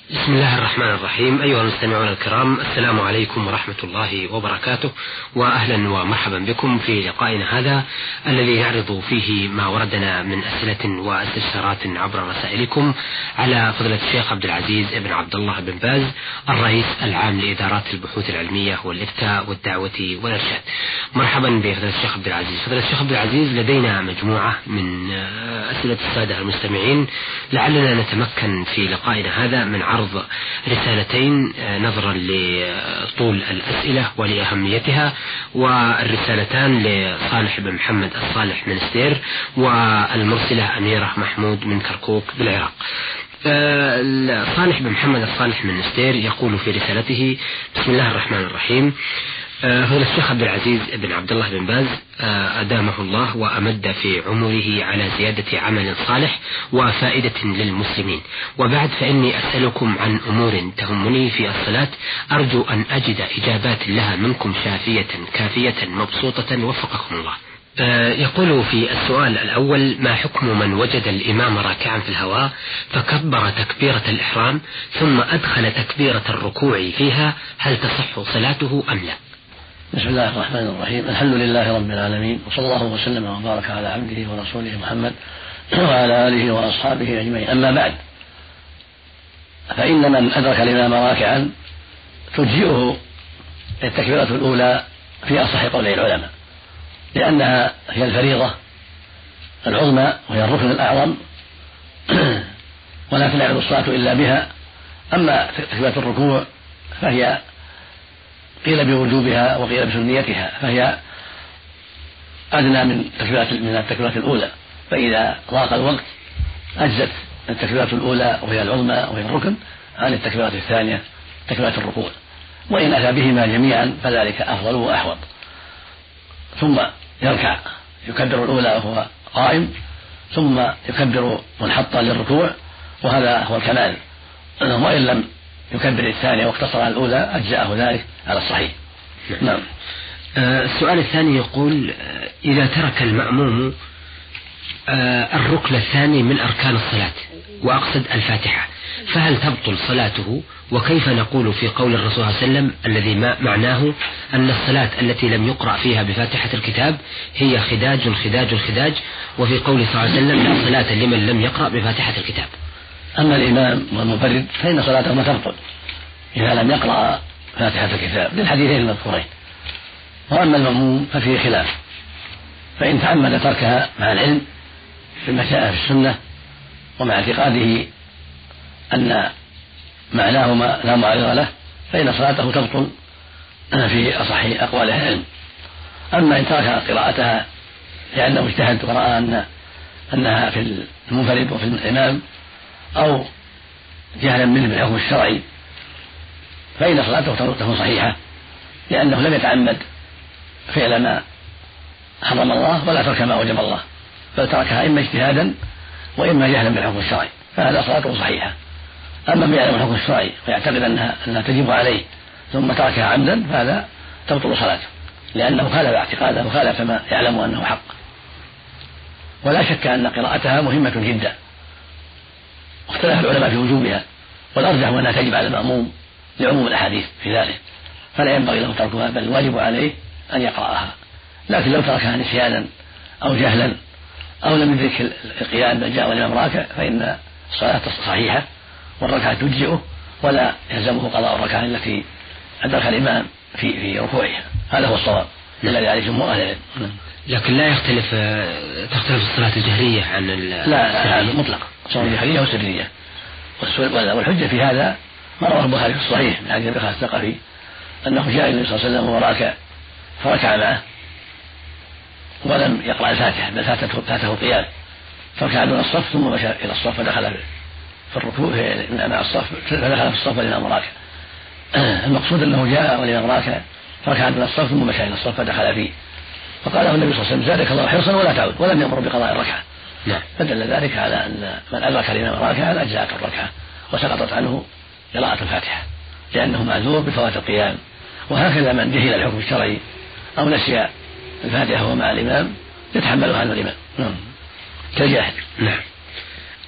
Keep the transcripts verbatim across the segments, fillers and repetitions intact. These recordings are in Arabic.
بسم الله الرحمن الرحيم. أيها المستمعون الكرام، السلام عليكم ورحمة الله وبركاته، وأهلا ومرحبا بكم في لقائنا هذا الذي يعرض فيه ما وردنا من أسئلة واستفسارات عبر رسائلكم على فضيلة الشيخ عبد العزيز بن عبد الله بن باز، الرئيس العام لإدارات البحوث العلمية والإفتاء والدعوة والإرشاد. مرحبا بفضيلة الشيخ عبد العزيز. فضيلة الشيخ عبد العزيز، لدينا مجموعة من أسئلة السادة المستمعين، لعلنا نتمكن في لقائنا هذا من عرض رسالتين نظرا لطول الأسئلة ولأهميتها، والرسالتان لصالح بن محمد الصالح من ستير، والمرسلة أميرة محمود من كركوك بالعراق. صالح بن محمد الصالح من ستير يقول في رسالته: بسم الله الرحمن الرحيم. هو الشيخ عبد العزيز بن عبد الله بن باز أدامه الله وأمد في عمره على زيادة عمل صالح وفائدة للمسلمين، وبعد فإني أسألكم عن أمور تهمني في الصلاة، أرجو أن أجد إجابات لها منكم شافية كافية مبسوطة وفقكم الله. يقول في السؤال الأول: ما حكم من وجد الإمام راكعا في الهواء فكبر تكبيرة الإحرام ثم أدخل تكبيرة الركوع فيها، هل تصح صلاته أم لا؟ بسم الله الرحمن الرحيم. الحمد لله رب العالمين، وصلى الله وسلم وبارك على عبده ورسوله محمد وعلى آله وأصحابه أجمعين. أما بعد، فإن من أدرك الإمام راكعا تجزئه التكبيرة الأولى في أصح قولي العلماء، لأنها هي الفريضة العظمى وهي الركن الأعظم ولا تنعقد الصلاة إلا بها. أما تكبيرة الركوع فهي قيل بوجوبها وقيل بسنيتها، فهي أدنى من تكبيرة من التكبيرة الأولى، فإذا ضاق الوقت أجزت التكبيرة الأولى وهي العظمى وهي الركن عن التكبيرة الثانية تكبيرة الركوع، وإن أتى بهما جميعا فذلك أفضل وأحوط. ثم يركع يكبر الأولى وهو قائم، ثم يكبر منحطا للركوع، وهذا هو الكمال. وإن لم يكبر الثانية واقتصر على الأولى أجزأه ذلك على الصحيح. نعم. السؤال الثاني يقول: إذا ترك المأموم الركن الثاني من أركان الصلاة، وأقصد الفاتحة، فهل تبطل صلاته؟ وكيف نقول في قول الرسول صلى الله عليه وسلم الذي ما معناه أن الصلاة التي لم يقرأ فيها بفاتحة الكتاب هي خداج خداج خداج، وفي قول صلى الله عليه وسلم لا صلاة لمن لم يقرأ بفاتحة الكتاب؟ أما الإمام والمنفرد فإن صلاته ما تبطل إذا لم يقرأ فاتحة الكتاب للحديثين المذكورين. وأما المأموم ففيه خلاف، فإن تعمد تركها مع العلم بما جاء في السنة ومع اعتقاده أن معناهما لا معارض له فإن صلاته تبطل في أصح أقوال أهل العلم. أما إن ترك قراءتها لأنه اجتهد ورأى أن أنها في المنفرد وفي الإمام أو جهلا منه بالحكم الشرعي فإن صلاته تكون صحيحة، لأنه لم يتعمد فعل ما حرم الله ولا ترك ما وجب الله، بل تركها إما اجتهادا وإما جهلا بالحكم الشرعي، فهذا صلاته صحيحة. أما من يعلم الحكم الشرعي ويعتقد أنها, أنها تجب عليه ثم تركها عمدا فهذا تبطل صلاته، لأنه خالف اعتقاده وخالف ما يعلم أنه حق. ولا شك أن قراءتها مهمة جدا، واختلف العلماء في وجوبها، والأرجح أنها تجب على المأموم لعموم الأحاديث في ذلك، فلا ينبغي له تركها، بل الواجب عليه أن يقرأها. لكن لو تركها نسيانا أو جهلا أو لم يدرك القيام بل جاء والإمام راكع فإن الصلاة صحيحة والركعة تجزئه، ولا يلزمه قضاء الركعة التي أدرك الإمام في في ركوعها. هذا هو الصواب الذي عليه جمهور أهل العلم. لكن لا يختلف تختلف الصلاة الجهرية عن لا مطلق، صلاة جهرية وسرية. والحجة في هذا ما رواه البخاري في الصحيح من حديث بخاري الثقفي أنه جاء النبي صلى الله عليه وسلم وهو راكع فركع معه ولم يقرأ الفاتحة بل فاتته فاته القيام، فركع دون الصف ثم مشى إلى الصف فدخل في الركوع مع الصف فدخل في الصف والإمام راكع. المقصود أنه جاء والإمام راكع فركع دون الصف ثم مشى إلى الصف فدخل فيه، فقال له النبي صلى الله عليه وسلم: زادك الله حرصا ولا تعود، ولم يأمر بقضاء الركعة. نعم. فدل ذلك على أن من أدرك الإمام راكعا أجزأت الركعة وسقطت عنه قراءة الفاتحة، لأنه معذور بفوات القيام. وهكذا من جهل الحكم الشرعي أو نسي الفاتحة وهو مع الإمام يتحملها عنه الإمام. نعم. كالجاهل. نعم.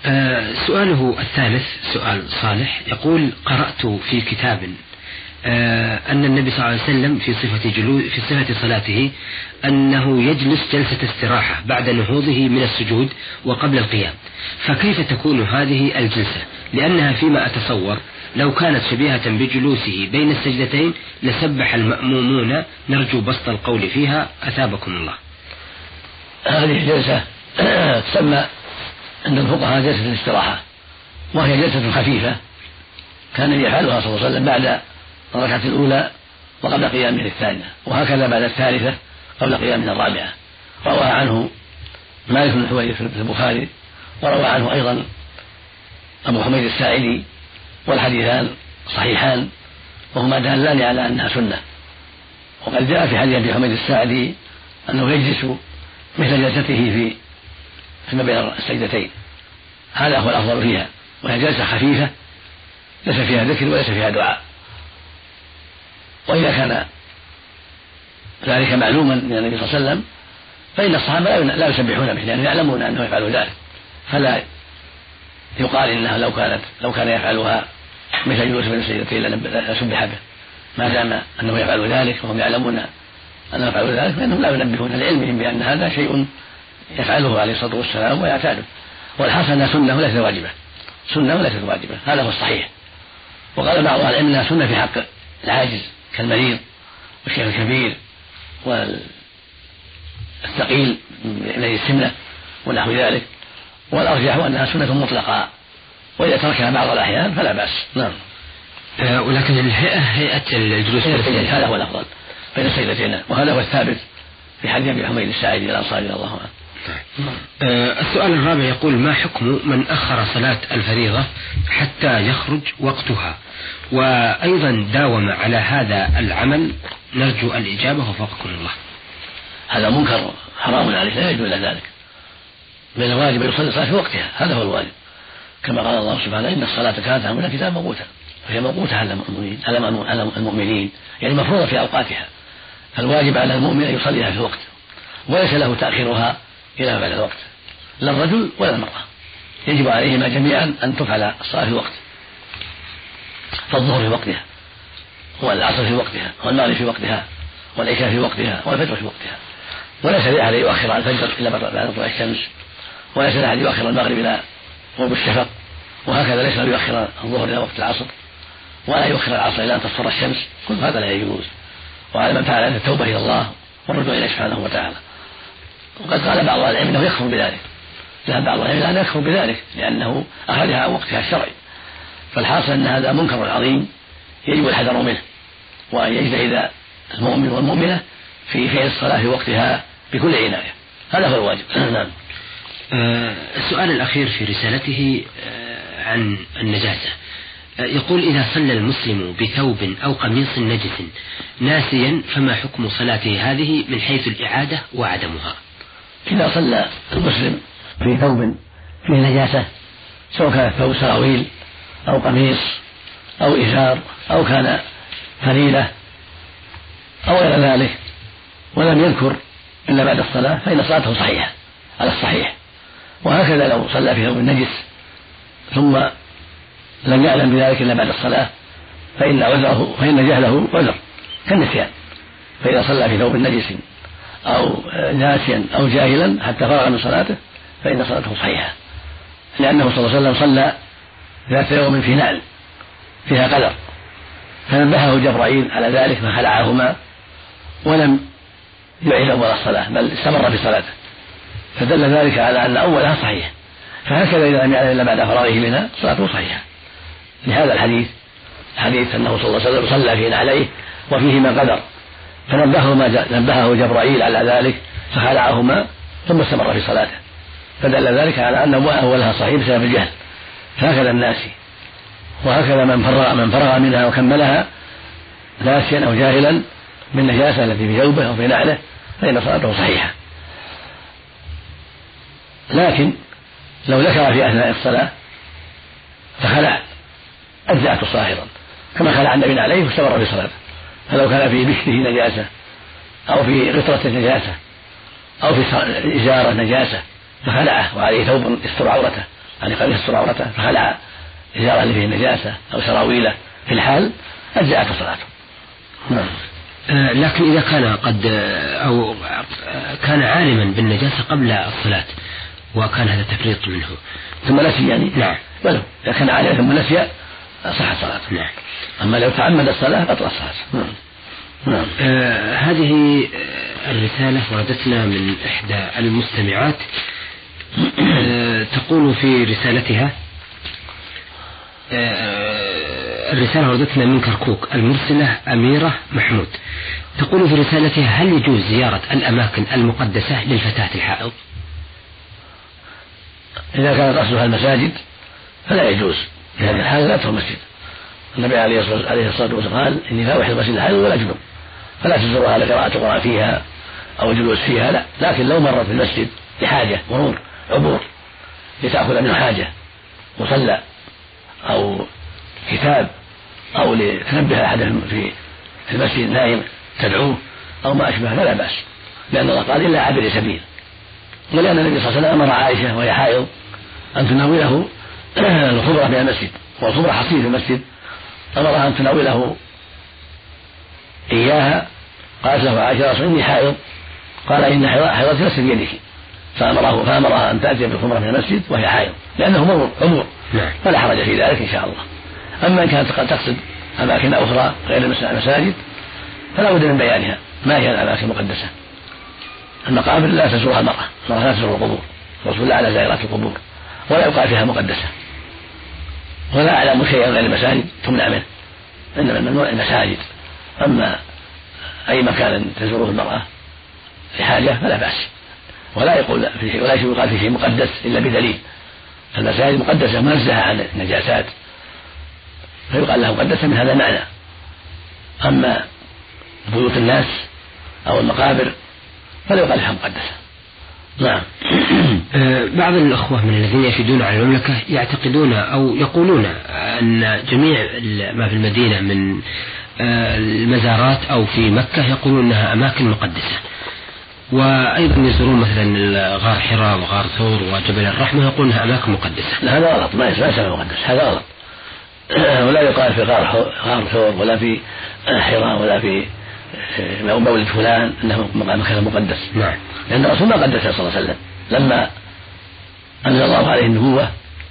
آه سؤاله الثالث سؤال صالح، يقول: قرأت في كتاب آه أن النبي صلى الله عليه وسلم في صفة جلو في صفة صلاته أنه يجلس جلسة استراحة بعد نهوضه من السجود وقبل القيام، فكيف تكون هذه الجلسة؟ لأنها فيما أتصور لو كانت شبيهة بجلوسه بين السجدتين لسبح المأمومون، نرجو بسط القول فيها أثابكم الله. هذه الجلسة تسمى عند الفقهاء جلسة الاستراحة، وهي جلسة خفيفة كان يفعلها صلى الله عليه وسلم بعد الركعة الأولى وقبل قيامه الثانية، وهكذا بعد الثالثة قبل قيامه الرابعة. روى عنه مالك بن حويرث في البخاري، وروى عنه أيضا أبو حميد الساعدي، والحديثان صحيحان وهما دالان على أنها سنة. وقد جاء في حديث أبي حميد الساعدي أنه يجلس مثل جلسته في فيما بين السجدتين، هذا هو الأفضل فيها، وهي جلسة خفيفة ليس فيها ذكر وليس فيها دعاء. وإذا كان ذلك معلوما من النبي صلى الله عليه وسلم فإن الصحابة لا يسبحون به، لأنهم يعلمون أنه يفعل ذلك، فلا يقال إنها لو كانت لو كان يفعلها مثل جلوس بين السجدتين لسبح به، ما دام أنه يفعل ذلك وهم يعلمون أنه يفعل ذلك فإنهم لا ينبهون لعلمهم بأن هذا شيء يفعله عليه الصلاة والسلام ويعتاده. والحاصل أنها سنة وليست واجبة، سنة وليست واجبة، هذا هو الصحيح. وقال بعض أهل العلم أنها سنة في حق العاجز كالمريض والشيخ الكبير والثقيل من السمنة ونحو ذلك، والأرجح أنها سنة مطلقة، وإذا تركها بعض الأحيان فلا بأس. نعم. أه ولكن الهيئة هيئة الجلوس هذا هو الأفضل بين السجدتين، وهذا هو الثابت في حديث أبي حميد الساعدي الأنصاري رضي الله عنه. أه السؤال الرابع يقول: ما حكم من أخر صلاة الفريضة حتى يخرج وقتها وأيضا داوم على هذا العمل؟ نرجو الإجابة وفقكم الله. هذا منكر حرام عليه، لا يجوز ذلك، بل الواجب يصلي الصلاة في وقتها، هذا هو الواجب، كما قال الله سبحانه: إن الصلاة كانت على كتابا موقوتا، فهي موقوتة على المؤمنين على المؤمنين يعني مفروضة في أوقاتها، فالواجب على المؤمن أن يصليها في الوقت، وليس له تأخيرها إلى بعد الوقت، لا الرجل ولا المرأة، يجب عليهما جميعا أن تفعل الصلاة في الوقت، فالظهر في وقتها، والعصر في وقتها، والمغرب في وقتها، والعشاء في وقتها، والفجر في وقتها، وليس لأحد يؤخر الفجر إلا بعد طلوع الشمس، وليس لأحد يؤخر المغرب إلى غروب الشفق، وهكذا ليس يؤخر الظهر إلى وقت العصر، ولا يؤخر العصر إلى أن تصفر الشمس، كل هذا لا يجوز. وعلى من فعل التوبة إلى الله والرجوع إليه سبحانه وتعالى. وقد قال بعض العلم أنه يكفر بذلك، ذهب بعض العلم أنه يكفر بذلك لأنه أخرجها عن وقتها الشرعي. فالحاصل أن هذا منكر عظيم يجب الحذر منه، وأن يجتهد المؤمن والمؤمنة في فعل الصلاة في وقتها بكل عناية، هذا هو الواجب. نعم. آه السؤال الأخير في رسالته آه عن النجاسة، آه يقول: إذا صلى المسلم بثوب أو قميص نجس ناسيا فما حكم صلاته هذه من حيث الإعادة وعدمها؟ إذا صلى المسلم في ثوب فيه نجاسة، سواء كان الثوب سراويل أو قميص أو إزار أو كان فريلة أو غير ذلك، ولم يذكر إلا بعد الصلاة، فإن صلاته صحيحة على الصحيح. وهكذا لو صلى في ثوب النجس ثم لم يعلم بذلك إلا بعد الصلاة فإن عذره فإن جهله عذر كالنسيان، فإذا صلى في ثوب نجس أو ناسيا أو جاهلا حتى فرغ من صلاته فإن صلاته صحيحة، لأنه صلى الله عليه وسلم صلى ذات يوم في نعل فيها قدر، فنبهه جبرائيل على ذلك فخلعهما ولم يعيد أول الصلاة بل استمر في صلاته، فدل ذلك على أن أولها صحيح. فهكذا إذا لم يعلم إلا بعد فراغه منها صلاته صحيحة، لهذا الحديث حديث أنه صلى الله عليه وسلم صلى في نعليه وفيهما قدر، فنبهه نبهه جبرائيل على ذلك فخلعهما ثم استمر في صلاته، فدل ذلك على أن أولها صحيح بسبب الجهل. فهكذا الناسي، وهكذا من فرغ من فرغ منها وكملها ناسيا أو جاهلا من نجاسة التي في ثوبه أو في نعله فإن صلاته صحيحة. لكن لو ذكر في أثناء الصلاة فخلع أجزأته صاهرا كما خلع النبي عليه واستمر في صلاته. فلو كان في بشره نجاسة أو في غطرة نجاسة أو في إزارة نجاسة فخلعه وعليه ثوب يستر عورته يعني قال يستر عورته فخلع إزاره اللي فيه النجاسة أو سراويله في الحال أجزأته صلاته. نعم. آه لكن إذا كان قد أو كان عالما بالنجاسة قبل الصلاة وكان هذا تفريط منه ثم نسي يعني نعم ولو إذا كان عالما ثم نسي صحت صلاته. نعم. أما لو تعمد الصلاة بطل الصلاة. نعم. نعم. آه هذه الرسالة وردتنا من إحدى المستمعات آه تقول في رسالتها آه الرسالة وردتنا من كركوك المرسلة أميرة محمود تقول في رسالتها هل يجوز زيارة الأماكن المقدسة للفتاة الحائض؟ إذا كان قصدها المساجد فلا يجوز لأن الحائض لا تدخل المسجد. النبي عليه الصلاة والسلام قال إني لا أحل المسجد الحائض ولا جنوب فلا تزورها لقراءة القرآن فيها أو جلوس فيها لا، لكن لو مرت في المسجد لحاجة مرور عبور لتأخذ منه حاجة مصلى أو كتاب أو لتنبه أحد في المسجد نائم تدعوه أو ما أشبه فلا بأس، لأن الله قال إلا عابر سبيل، ولأن النبي صلى الله عليه وسلم أمر عائشة وهي حائض أن تناوله الخضرة من المسجد، والخضرة حصير في المسجد، أمرها أن تناوله إياها. قالت له عائشة رسول إني حائض، قال إن حيضتي ليست بيدك، فأمره فأمرها أن تأتي بالخمرة من المسجد وهي حائض لأنه مرور عمر فلا حرج في ذلك إن شاء الله. أما إن كانت تقصد أماكن أخرى غير المساجد فلا بد من بيانها ما هي الأماكن المقدسة. المقابر لا تزورها المرأة، المرأة لا تزور القبور، الرسول لا على زائرات القبور ولا يقال فيها مقدسة، ولا أعلم شيئا غير المساجد تمنع منه، إنما الممنوع المساجد. أما أي مكان تزوره المرأة لحاجة فلا بأس، ولا يقول في شيء ولا يقال في شيء مقدس إلا بدليل. المساجد مقدسة منزهة عن النجاسات فيقال لها مقدسة من هذا المعنى. أما بيوت الناس أو المقابر فلا يقال لها مقدسة. نعم. بعض الأخوة من الذين يفيدون على المملكة يعتقدون أو يقولون أن جميع ما في المدينة من المزارات أو في مكة يقولون أنها أماكن مقدسة، وأيضا يزورون مثلا غار حراء وغار ثور وجبل الرحمة يقولون أنها أماكن مقدسة. لا هذا غلط، ما يسمى مقدس، هذا غلط. ولا يقال في غار غار ثور ولا في حراء ولا في مولد فلان أنه مكان مقدس. نعم. لأن الرسول ما قدسه صلى الله عليه وسلم لما أنزل الله عليه النبوة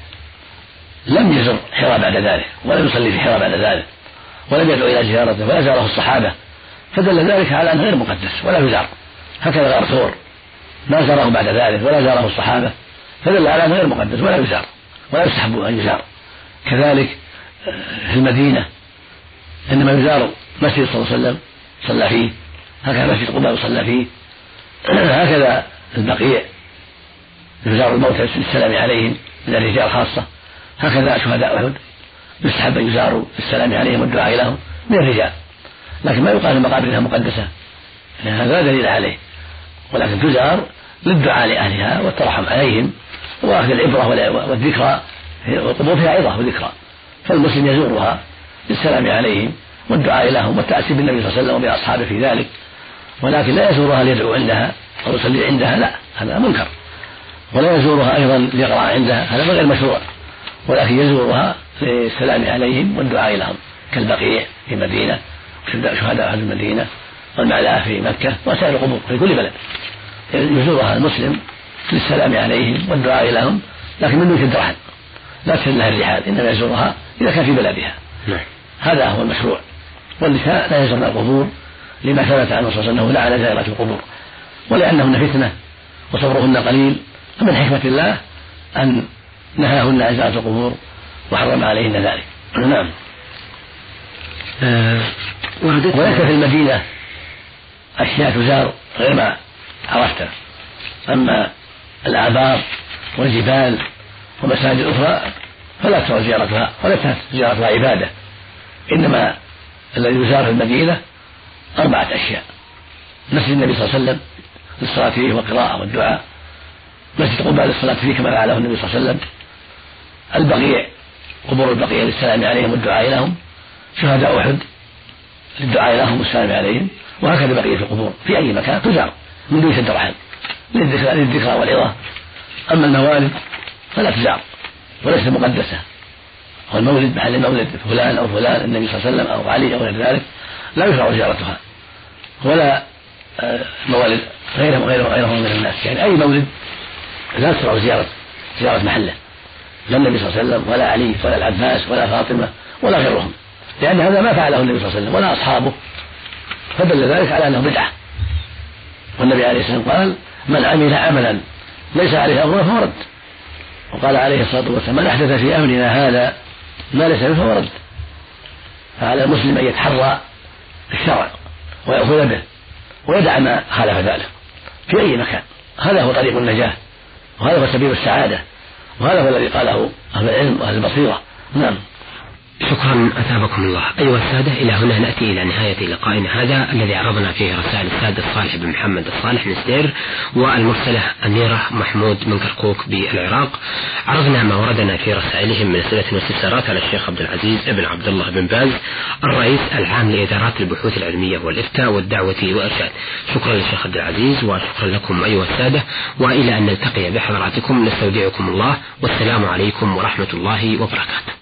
لم يزر حراء بعد ذلك ولم يصلي في حراء بعد ذلك ولم يدعو إلى زيارته ولا زاره الصحابة، فدل ذلك على أنه غير مقدس ولا يزار. هكذا غار ثور ما زاره بعد ذلك ولا زاره الصحابة، فدل على أنه غير مقدس ولا يزار ولا يستحب أن يزار. كذلك في المدينة إنما يزار مسجد صلى الله عليه وسلم صلى فيه، هكذا مسجد قباء صلى فيه، هكذا البقيع يزار الموتى للسلام عليهم من الرجال خاصة، هكذا شهداء أحد يستحب أن يزاروا للسلام عليهم والدعاء لهم من الرجال، لكن ما يقال المقابر انها مقدسة لأن هذا لا دليل عليه، ولكن تزار للدعاء لأهلها والترحم عليهم وأخذ العبرة والذكرى، والقبور فيها عظة وذكرى، فالمسلم يزورها للسلام عليهم والدعاء لهم والتأسي بالنبي صلى الله عليه وسلم وبأصحابه في ذلك، ولكن لا يزورها ليدعو عندها أو يصلي عندها، لا هذا منكر. ولا يزورها أيضا ليقرأ عندها، هذا غير مشروع، ولكن يزورها للسلام عليهم والدعاء لهم كالبقيع في المدينة شهداء أهل المدينة والمعلاه في مكة وسائر القبور في كل بلد، يزورها المسلم للسلام عليهم والدعاء لهم، لكن من دون الرحل لا تشد لها الرحال، إنما يزورها إذا كان في بلدها. هذا هو المشروع. والنساء لا يزورن القبور لما ثبت عنه صلى الله عليه وسلم أنه لعن زائرات القبور ولأنهن فتنة وصبرهن قليل، فمن حكمة الله أن نهاهن عن زائرات القبور وحرم عليهن ذلك. نعم. أه وليس في المدينة أشياء تزار غير ما عرفت، أما الآبار والجبال ومساجد أخرى فلا ترى زيارتها ولا زيارتها عبادة، إنما الذي يزار في المدينة أربعة أشياء: مسجد النبي صلى الله عليه وسلم للصلاة فيه والقراءة والدعاء، مسجد قباء للصلاة فيه كما فعله النبي صلى الله عليه وسلم، البقيع قبور البقيع للسلام عليهم والدعاء لهم، شهداء أحد للدعاء لهم والسلام عليهم، وهكذا بقية القبور في أي مكان تزار من دون شد رحل للذكرى والعظة. أما الموالد فلا تزار وليست مقدسة. والمولد محل المولد فلان أو فلان النبي صلى الله عليه وسلم أو علي أو غير ذلك لا يشرع زيارتها، ولا موالد غيرهم غيرهم من الناس، يعني أي مولد لا تشرع زيارة زيارة محله، لا النبي صلى الله عليه وسلم ولا علي ولا العباس ولا فاطمة ولا غيرهم، لأن هذا ما فعله النبي صلى الله عليه وسلم ولا أصحابه، فدل ذلك على أنه بدعة. والنبي عليه الصلاة والسلام قال: من عمل عملا ليس عليه أمرنا فهو رد. وقال عليه الصلاة والسلام: من أحدث في أمرنا هذا ما ليس منه فهو رد. فعلى المسلم أن يتحرى الشرع ويأخذ به ويدع ما خالف ذلك في أي مكان. هذا هو طريق النجاة، وهذا هو سبيل السعادة، وهذا هو الذي قاله أهل العلم وأهل البصيرة. نعم. شكرا أثابكم الله. أيها السادة، إلى هنا نأتي إلى نهاية لقائنا هذا الذي عرضنا فيه رسائل السادة الصالح بن محمد الصالح من سدير والمرسلة أميرة محمود من كركوك بالعراق. عرضنا ما وردنا في رسائلهم من أسئلة واستفسارات على الشيخ عبد العزيز بن عبد الله بن باز الرئيس العام لإدارات البحوث العلمية والإفتاء والدعوة والإرشاد. شكرا للشيخ عبد العزيز وشكرا لكم أيها السادة، وإلى أن نلتقي بحضراتكم نستودعكم الله، والسلام عليكم ورحمة الله وبركاته.